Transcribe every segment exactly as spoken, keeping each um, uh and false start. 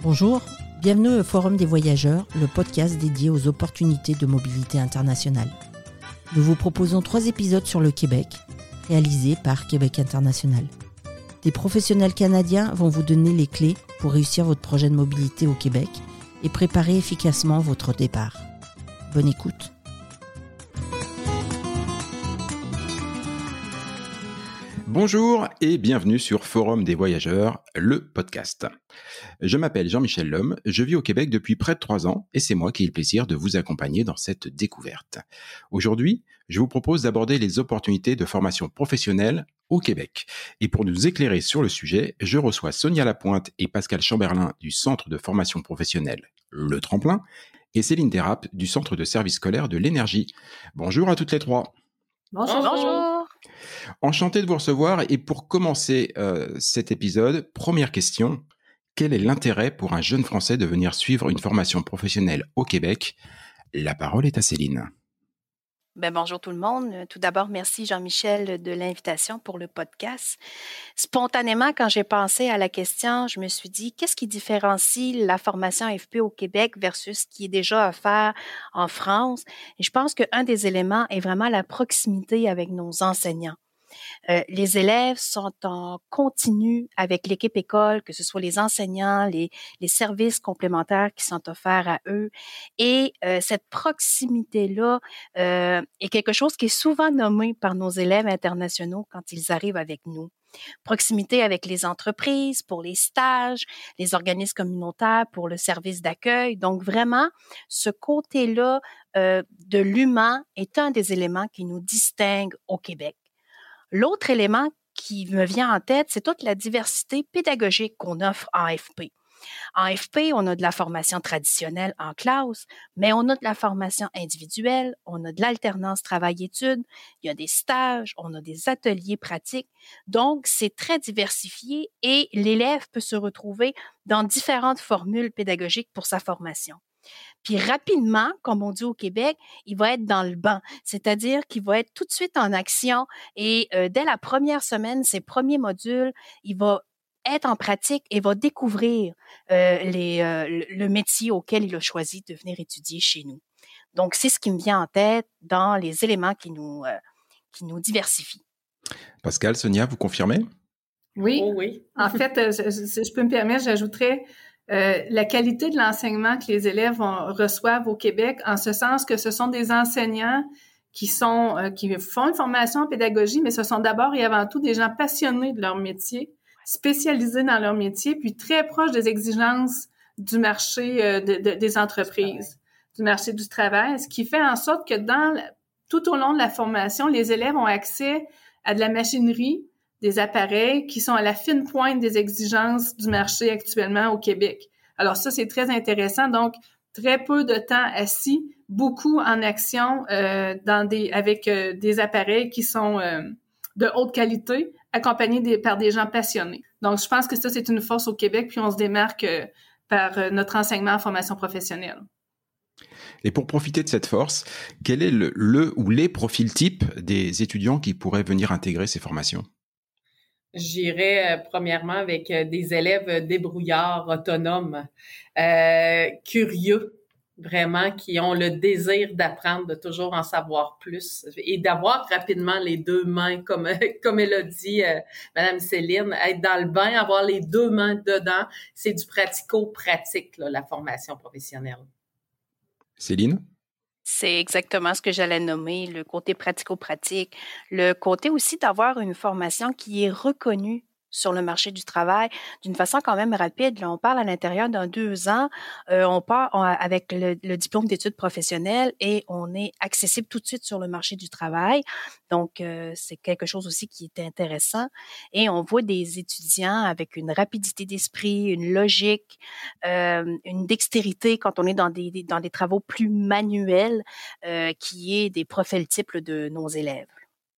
Bonjour, bienvenue au Forum des Voyageurs, le podcast dédié aux opportunités de mobilité internationale. Nous vous proposons trois épisodes sur le Québec, réalisés par Québec International. Des professionnels canadiens vont vous donner les clés pour réussir votre projet de mobilité au Québec et préparer efficacement votre départ. Bonne écoute. Bonjour et bienvenue sur Forum des Voyageurs, le podcast. Je m'appelle Jean-Michel Lhomme, je vis au Québec depuis près de trois ans et c'est moi qui ai le plaisir de vous accompagner dans cette découverte. Aujourd'hui, je vous propose d'aborder les opportunités de formation professionnelle au Québec. Et pour nous éclairer sur le sujet, je reçois Sonia Lapointe et Pascal Chamberlain du Centre de formation professionnelle Le Tremplin et Céline Dérape du Centre de service scolaire de l'énergie. Bonjour à toutes les trois. Bonjour. Bonjour. Enchanté de vous recevoir et pour commencer euh, cet épisode, première question, quel est l'intérêt pour un jeune Français de venir suivre une formation professionnelle au Québec ? La parole est à Céline. Ben, bonjour tout le monde. Tout d'abord, merci Jean-Michel de l'invitation pour le podcast. Spontanément, quand j'ai pensé à la question, je me suis dit, qu'est-ce qui différencie la formation A F P au Québec versus ce qui est déjà offert en France? Et je pense qu'un des éléments est vraiment la proximité avec nos enseignants. Euh, les élèves sont en continu avec l'équipe école, que ce soit les enseignants, les, les services complémentaires qui sont offerts à eux. Et euh, cette proximité-là euh, est quelque chose qui est souvent nommé par nos élèves internationaux quand ils arrivent avec nous. Proximité avec les entreprises pour les stages, les organismes communautaires pour le service d'accueil. Donc vraiment, ce côté-là euh, de l'humain est un des éléments qui nous distingue au Québec. L'autre élément qui me vient en tête, c'est toute la diversité pédagogique qu'on offre en A F P. En A F P, on a de la formation traditionnelle en classe, mais on a de la formation individuelle, on a de l'alternance travail-études, il y a des stages, on a des ateliers pratiques. Donc, c'est très diversifié et l'élève peut se retrouver dans différentes formules pédagogiques pour sa formation. Puis rapidement, comme on dit au Québec, il va être dans le bain, c'est-à-dire qu'il va être tout de suite en action et euh, dès la première semaine, ses premiers modules, il va être en pratique et va découvrir euh, les, euh, le métier auquel il a choisi de venir étudier chez nous. Donc, c'est ce qui me vient en tête dans les éléments qui nous, euh, qui nous diversifient. Pascal, Sonia, vous confirmez? Oui. Oh oui. En fait, je, je, je peux me permettre, j'ajouterais Euh, la qualité de l'enseignement que les élèves ont, reçoivent au Québec, en ce sens que ce sont des enseignants qui sont euh, qui font une formation en pédagogie, mais ce sont d'abord et avant tout des gens passionnés de leur métier, spécialisés dans leur métier, puis très proches des exigences du marché euh, de, de, des entreprises, du marché du travail, ce qui fait en sorte que dans tout au long de la formation, les élèves ont accès à de la machinerie, des appareils qui sont à la fine pointe des exigences du marché actuellement au Québec. Alors ça, c'est très intéressant. Donc, très peu de temps assis, beaucoup en action euh, dans des avec euh, des appareils qui sont euh, de haute qualité, accompagnés des, par des gens passionnés. Donc, je pense que ça, c'est une force au Québec, puis on se démarque euh, par euh, notre enseignement en formation professionnelle. Et pour profiter de cette force, quel est le, le ou les profils types des étudiants qui pourraient venir intégrer ces formations? J'irais euh, premièrement avec euh, des élèves débrouillards, autonomes, euh, curieux, vraiment, qui ont le désir d'apprendre, de toujours en savoir plus et d'avoir rapidement les deux mains, comme comme elle a dit euh, Madame Céline, être dans le bain, avoir les deux mains dedans, c'est du pratico-pratique, là, la formation professionnelle. Céline? C'est exactement ce que j'allais nommer, le côté pratico-pratique, le côté aussi d'avoir une formation qui est reconnue sur le marché du travail d'une façon quand même rapide. Là, on parle à l'intérieur d'un deux ans, euh, on part on, avec le, le diplôme d'études professionnelles et on est accessible tout de suite sur le marché du travail. Donc, euh, c'est quelque chose aussi qui est intéressant. Et on voit des étudiants avec une rapidité d'esprit, une logique, euh, une dextérité quand on est dans des, dans des travaux plus manuels, euh, qui est des profils types de nos élèves.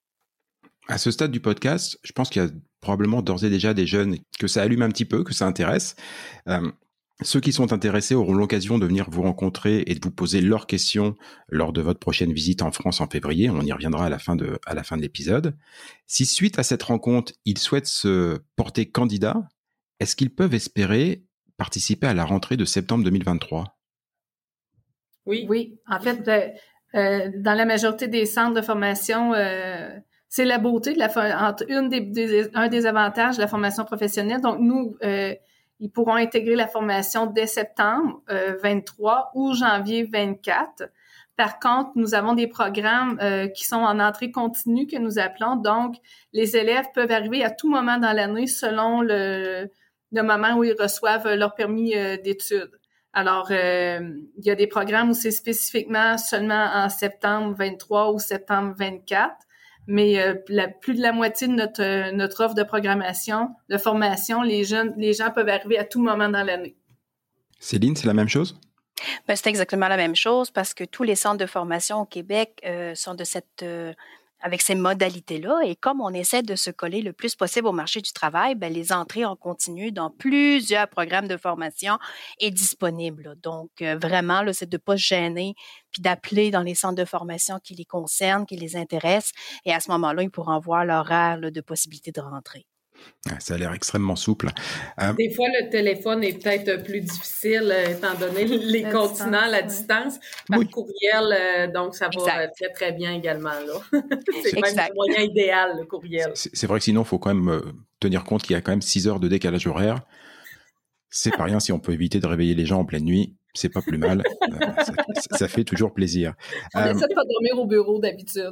À ce stade du podcast, je pense qu'il y a probablement d'ores et déjà des jeunes que ça allume un petit peu, que ça intéresse. Euh, ceux qui sont intéressés auront l'occasion de venir vous rencontrer et de vous poser leurs questions lors de votre prochaine visite en France en février. On y reviendra à la fin de, à la fin de l'épisode. Si suite à cette rencontre, ils souhaitent se porter candidat, est-ce qu'ils peuvent espérer participer à la rentrée de septembre deux mille vingt-trois. Oui. Oui. En fait, euh, euh, dans la majorité des centres de formation, euh, c'est la beauté de la entre une des, des un des avantages de la formation professionnelle. Donc, nous, euh, ils pourront intégrer la formation dès septembre euh, vingt-trois ou janvier vingt-quatre. Par contre, nous avons des programmes euh, qui sont en entrée continue que nous appelons. Donc, les élèves peuvent arriver à tout moment dans l'année selon le, le moment où ils reçoivent leur permis euh, d'études. Alors, euh, il y a des programmes où c'est spécifiquement seulement en septembre vingt-trois ou septembre vingt-quatre, mais euh, la, plus de la moitié de notre euh, notre offre de programmation, de formation, les jeunes, les gens peuvent arriver à tout moment dans l'année. Céline, c'est la même chose? Ben, c'est exactement la même chose parce que tous les centres de formation au Québec euh, sont de cette euh, avec ces modalités-là. Et comme on essaie de se coller le plus possible au marché du travail, ben, les entrées en continu dans plusieurs programmes de formation est disponible. Là. Donc, euh, vraiment, là, c'est de ne pas se gêner puis d'appeler dans les centres de formation qui les concernent, qui les intéressent. Et à ce moment-là, ils pourront voir l'horaire là, de possibilité de rentrée. Ça a l'air extrêmement souple. Euh, Des fois, le téléphone est peut-être plus difficile, euh, étant donné les la continents, distance, la ouais. distance. Par oui. courriel, euh, donc ça va euh, très, très bien également. Là. c'est même le moyen idéal, le courriel. C'est, c'est vrai que sinon, il faut quand même euh, tenir compte qu'il y a quand même six heures de décalage horaire. C'est pas rien si on peut éviter de réveiller les gens en pleine nuit. C'est pas plus mal. euh, ça, ça fait toujours plaisir. On euh, essaie de pas dormir au bureau d'habitude.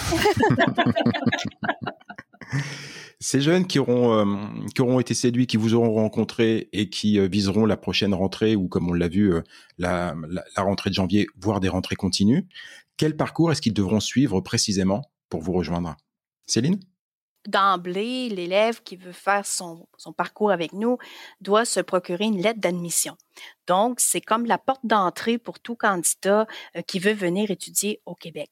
Ces jeunes qui auront, euh, qui auront été séduits, qui vous auront rencontré et qui euh, viseront la prochaine rentrée ou, comme on l'a vu, euh, la, la, la rentrée de janvier, voire des rentrées continues, quel parcours est-ce qu'ils devront suivre précisément pour vous rejoindre? Céline? D'emblée, l'élève qui veut faire son, son parcours avec nous doit se procurer une lettre d'admission. Donc, c'est comme la porte d'entrée pour tout candidat euh, qui veut venir étudier au Québec.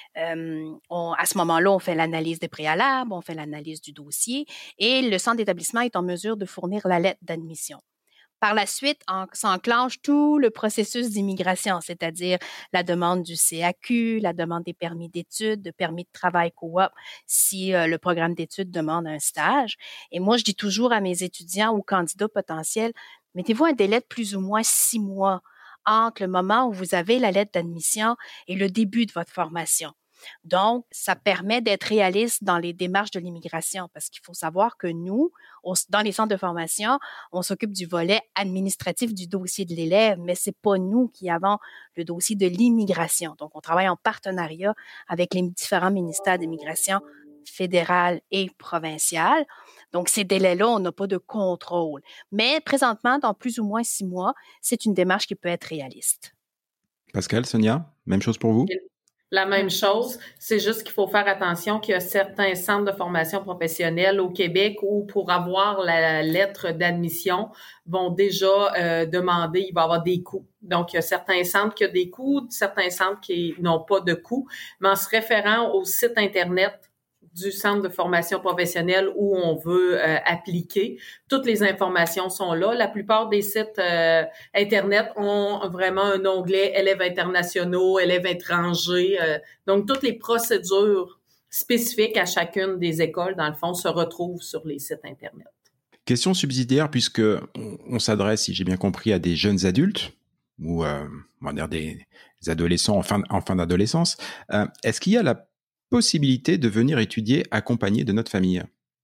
Euh, on, à ce moment-là, on fait l'analyse des préalables, on fait l'analyse du dossier et le centre d'établissement est en mesure de fournir la lettre d'admission. Par la suite, en, s'enclenche tout le processus d'immigration, c'est-à-dire la demande du C A Q, la demande des permis d'études, de permis de travail coop, si euh, le programme d'études demande un stage. Et moi, je dis toujours à mes étudiants ou candidats potentiels, mettez-vous un délai de plus ou moins six mois entre le moment où vous avez la lettre d'admission et le début de votre formation. Donc, ça permet d'être réaliste dans les démarches de l'immigration parce qu'il faut savoir que nous, on, dans les centres de formation, on s'occupe du volet administratif du dossier de l'élève, mais c'est pas nous qui avons le dossier de l'immigration. Donc, on travaille en partenariat avec les différents ministères d'immigration fédérale et provinciale. Donc, ces délais-là, on n'a pas de contrôle. Mais présentement, dans plus ou moins six mois, c'est une démarche qui peut être réaliste. Pascal, Sonia, même chose pour vous? La même chose, c'est juste qu'il faut faire attention qu'il y a certains centres de formation professionnelle au Québec où pour avoir la lettre d'admission vont déjà euh, demander, il va y avoir des coûts. Donc, il y a certains centres qui ont des coûts, certains centres qui n'ont pas de coûts, mais en se référant au site Internet du centre de formation professionnelle où on veut euh, appliquer. Toutes les informations sont là. La plupart des sites euh, Internet ont vraiment un onglet élèves internationaux, élèves étrangers. Euh, donc, toutes les procédures spécifiques à chacune des écoles, dans le fond, se retrouvent sur les sites Internet. Question subsidiaire, puisque on, on s'adresse, si j'ai bien compris, à des jeunes adultes ou euh, on va dire des, des adolescents en fin, en fin d'adolescence. Euh, est-ce qu'il y a la possibilité de venir étudier accompagné de notre famille?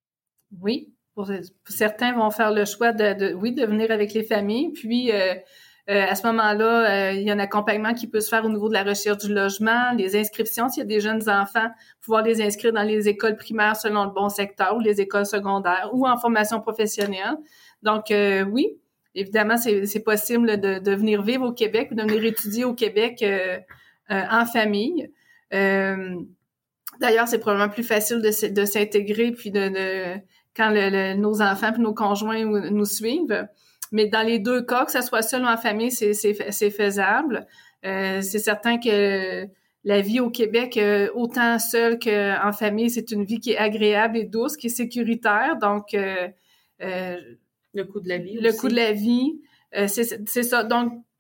Oui, pour, certains vont faire le choix de, de oui de venir avec les familles, puis euh, euh, à ce moment-là, euh, il y a un accompagnement qui peut se faire au niveau de la recherche du logement, les inscriptions, s'il y a des jeunes enfants, pouvoir les inscrire dans les écoles primaires selon le bon secteur ou les écoles secondaires ou en formation professionnelle. Donc euh, oui, évidemment, c'est, c'est possible de, de venir vivre au Québec ou de venir étudier au Québec euh, euh, en famille. Euh, D'ailleurs, c'est probablement plus facile de, de s'intégrer puis de, de quand le, le, nos enfants puis nos conjoints nous suivent. Mais dans les deux cas, que ça soit seul ou en famille, c'est, c'est, c'est faisable. Euh, c'est certain que la vie au Québec, euh, autant seul qu'en famille, c'est une vie qui est agréable et douce, qui est sécuritaire. Donc, euh, euh, le coût de la vie Le aussi. coût de la vie, euh, c'est, c'est ça. Donc,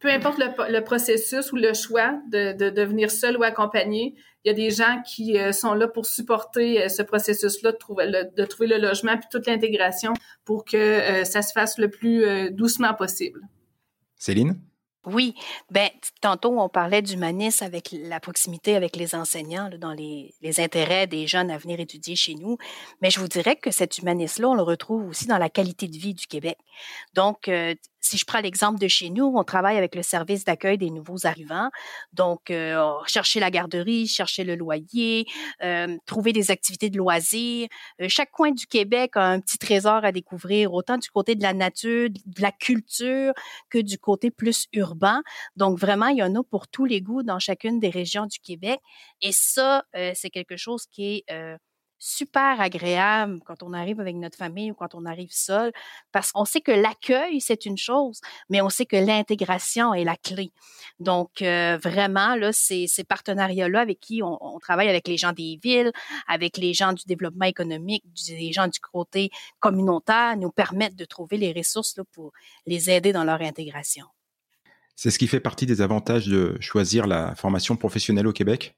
peu importe le, le processus ou le choix de, de devenir seul ou accompagné, il y a des gens qui euh, sont là pour supporter euh, ce processus-là, de trouver le, de trouver le logement puis toute l'intégration pour que euh, ça se fasse le plus euh, doucement possible. Céline? Oui, ben tantôt on parlait d'humanisme avec la proximité avec les enseignants là, dans les, les intérêts des jeunes à venir étudier chez nous, mais je vous dirais que cet humanisme-là, on le retrouve aussi dans la qualité de vie du Québec. Donc, euh, si je prends l'exemple de chez nous, on travaille avec le service d'accueil des nouveaux arrivants, donc euh, chercher la garderie, chercher le loyer, euh, trouver des activités de loisirs. Euh, chaque coin du Québec a un petit trésor à découvrir, autant du côté de la nature, de la culture, que du côté plus urbain. Donc, vraiment, il y en a pour tous les goûts dans chacune des régions du Québec. Et ça, euh, c'est quelque chose qui est euh, super agréable quand on arrive avec notre famille ou quand on arrive seul, parce qu'on sait que l'accueil, c'est une chose, mais on sait que l'intégration est la clé. Donc, euh, vraiment, là, ces, ces partenariats-là avec qui on, on travaille avec les gens des villes, avec les gens du développement économique, des gens du côté communautaire, nous permettent de trouver les ressources là, pour les aider dans leur intégration. C'est ce qui fait partie des avantages de choisir la formation professionnelle au Québec?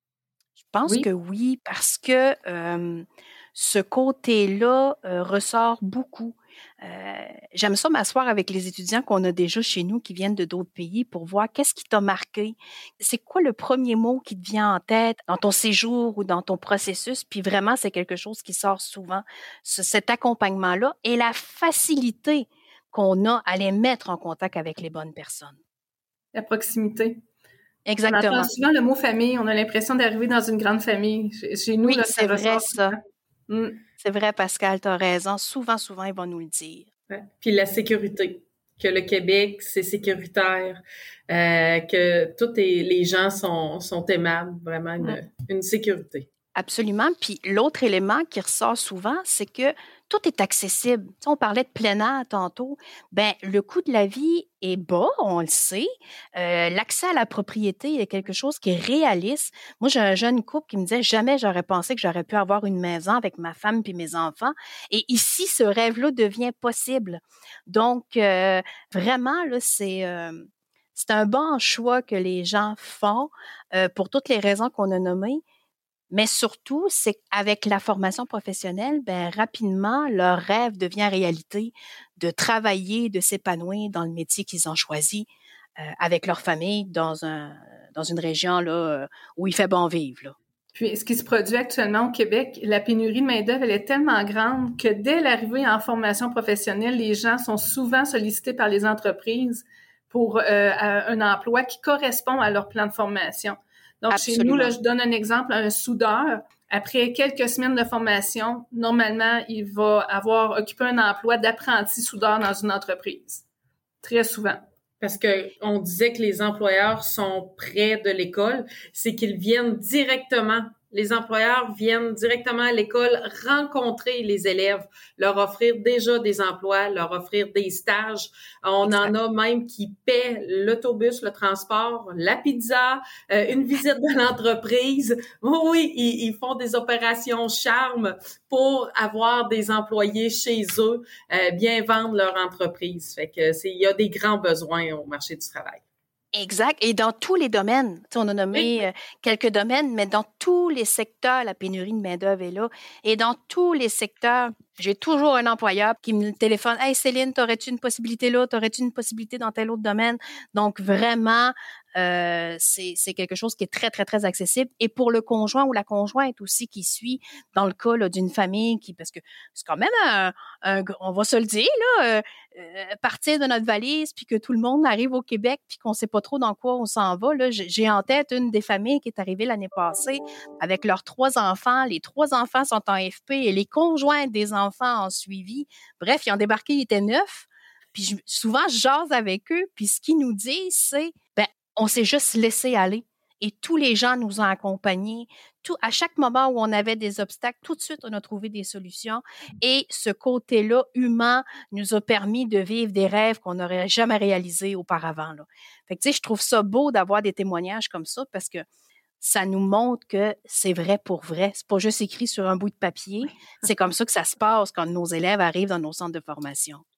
Je pense Oui. que oui, parce que euh, ce côté-là euh, ressort beaucoup. Euh, j'aime ça m'asseoir avec les étudiants qu'on a déjà chez nous qui viennent de d'autres pays pour voir qu'est-ce qui t'a marqué. C'est quoi le premier mot qui te vient en tête dans ton séjour ou dans ton processus? Puis vraiment, c'est quelque chose qui sort souvent, ce, cet accompagnement-là et la facilité qu'on a à les mettre en contact avec les bonnes personnes. La proximité. Exactement. On entend souvent le mot famille. On a l'impression d'arriver dans une grande famille. Chez, chez nous, oui, là, c'est ça vrai ressort ça. Mm. C'est vrai, Pascal, tu as raison. Souvent, souvent, ils vont nous le dire. Ouais. Puis la sécurité, que le Québec, c'est sécuritaire, euh, que tous les gens sont, sont aimables, vraiment une, mm. une sécurité. Absolument. Puis l'autre élément qui ressort souvent, c'est que tout est accessible. Tu sais, on parlait de plein air tantôt. Ben, le coût de la vie est bas, on le sait. Euh, l'accès à la propriété est quelque chose qui est réaliste. Moi, j'ai un jeune couple qui me disait jamais j'aurais pensé que j'aurais pu avoir une maison avec ma femme puis mes enfants. Et ici, ce rêve-là devient possible. Donc, euh, vraiment, là, c'est euh, c'est un bon choix que les gens font euh, pour toutes les raisons qu'on a nommées. Mais surtout, c'est qu'avec la formation professionnelle, ben rapidement, leur rêve devient réalité de travailler, de s'épanouir dans le métier qu'ils ont choisi euh, avec leur famille dans un dans une région là où il fait bon vivre. Là. Puis, ce qui se produit actuellement au Québec, la pénurie de main-d'œuvre, elle est tellement grande que dès l'arrivée en formation professionnelle, les gens sont souvent sollicités par les entreprises pour euh, un emploi qui correspond à leur plan de formation. Donc, Absolument. Chez nous, là, je donne un exemple, un soudeur, après quelques semaines de formation, normalement, il va avoir occupé un emploi d'apprenti soudeur dans une entreprise. Très souvent. Parce que on disait que les employeurs sont près de l'école, c'est qu'ils viennent directement. Les employeurs viennent directement à l'école rencontrer les élèves, leur offrir déjà des emplois, leur offrir des stages. On exact. En a même qui paient l'autobus, le transport, la pizza, euh, une visite de l'entreprise. Oui, ils, ils font des opérations charme pour avoir des employés chez eux, euh, bien vendre leur entreprise. Fait que c'est, il y a des grands besoins au marché du travail. Exact. Et dans tous les domaines, tu sais, on a nommé oui. euh, quelques domaines, mais dans tous les secteurs, la pénurie de main-d'œuvre est là. Et dans tous les secteurs, j'ai toujours un employeur qui me téléphone. Hey Céline, t'aurais-tu une possibilité là? T'aurais-tu une possibilité dans tel autre domaine? Donc vraiment, euh, c'est, c'est quelque chose qui est très, très, très accessible. Et pour le conjoint ou la conjointe aussi qui suit, dans le cas là, d'une famille qui, parce que c'est quand même un, un on va se le dire, là, euh, euh, partir de notre valise puis que tout le monde arrive au Québec puis qu'on sait pas trop dans quoi on s'en va. Là, j'ai en tête une des familles qui est arrivée l'année passée avec leurs trois enfants. Les trois enfants sont en F P et les conjoints des enfants en suivi. Bref, ils ont débarqué, ils étaient neufs. Puis je, souvent, je jase avec eux. Puis ce qu'ils nous disent, c'est, ben, on s'est juste laissé aller. Et tous les gens nous ont accompagnés. Tout, à chaque moment où on avait des obstacles, tout de suite, on a trouvé des solutions. Et ce côté-là, humain, nous a permis de vivre des rêves qu'on n'aurait jamais réalisés auparavant. Là. Fait que, tu sais, je trouve ça beau d'avoir des témoignages comme ça parce que ça nous montre que c'est vrai pour vrai. C'est pas juste écrit sur un bout de papier. C'est comme ça que ça se passe quand nos élèves arrivent dans nos centres de formation.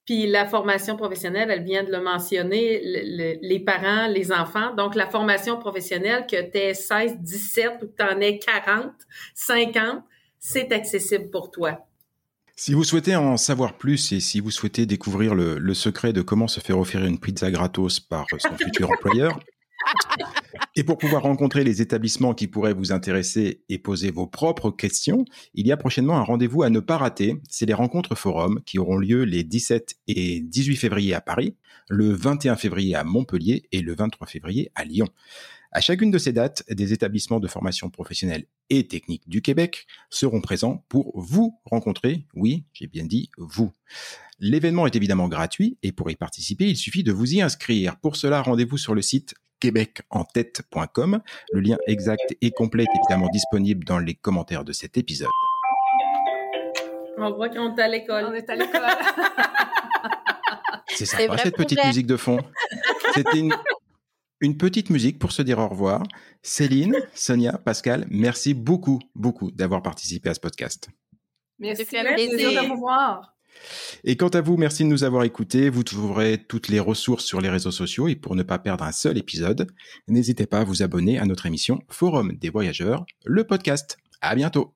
Puis la formation professionnelle, elle vient de le mentionner, le, le, les parents, les enfants. Donc, la formation professionnelle, que tu aies seize, dix-sept ou que tu en aies quarante, cinquante, c'est accessible pour toi. Si vous souhaitez en savoir plus et si vous souhaitez découvrir le, le secret de comment se faire offrir une pizza gratos par son futur employeur, et pour pouvoir rencontrer les établissements qui pourraient vous intéresser et poser vos propres questions, il y a prochainement un rendez-vous à ne pas rater. C'est les rencontres forums qui auront lieu les dix-sept et dix-huit février à Paris, le vingt et un février à Montpellier et le vingt-trois février à Lyon. À chacune de ces dates, des établissements de formation professionnelle et technique du Québec seront présents pour vous rencontrer. Oui, j'ai bien dit vous. L'événement est évidemment gratuit et pour y participer, il suffit de vous y inscrire. Pour cela, rendez-vous sur le site québec en tête point com. Le lien exact et complet est évidemment disponible dans les commentaires de cet épisode. On voit qu'on est à l'école. On est à l'école. C'est sympa, cette petite vrai. musique de fond. C'était une... Une petite musique pour se dire au revoir. Céline, Sonia, Pascal, merci beaucoup, beaucoup d'avoir participé à ce podcast. Merci, c'est un plaisir de vous voir. Et quant à vous, merci de nous avoir écoutés. Vous trouverez toutes les ressources sur les réseaux sociaux et pour ne pas perdre un seul épisode, n'hésitez pas à vous abonner à notre émission Forum des Voyageurs, le podcast. À bientôt.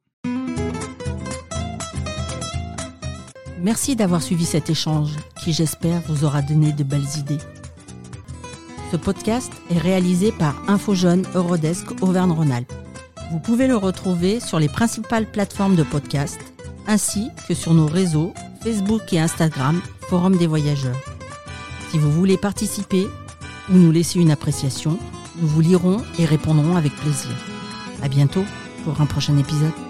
Merci d'avoir suivi cet échange qui, j'espère, vous aura donné de belles idées. Ce podcast est réalisé par InfoJeune Eurodesk Auvergne-Rhône-Alpes. Vous pouvez le retrouver sur les principales plateformes de podcast, ainsi que sur nos réseaux Facebook et Instagram, Forum des Voyageurs. Si vous voulez participer ou nous laisser une appréciation, nous vous lirons et répondrons avec plaisir. À bientôt pour un prochain épisode.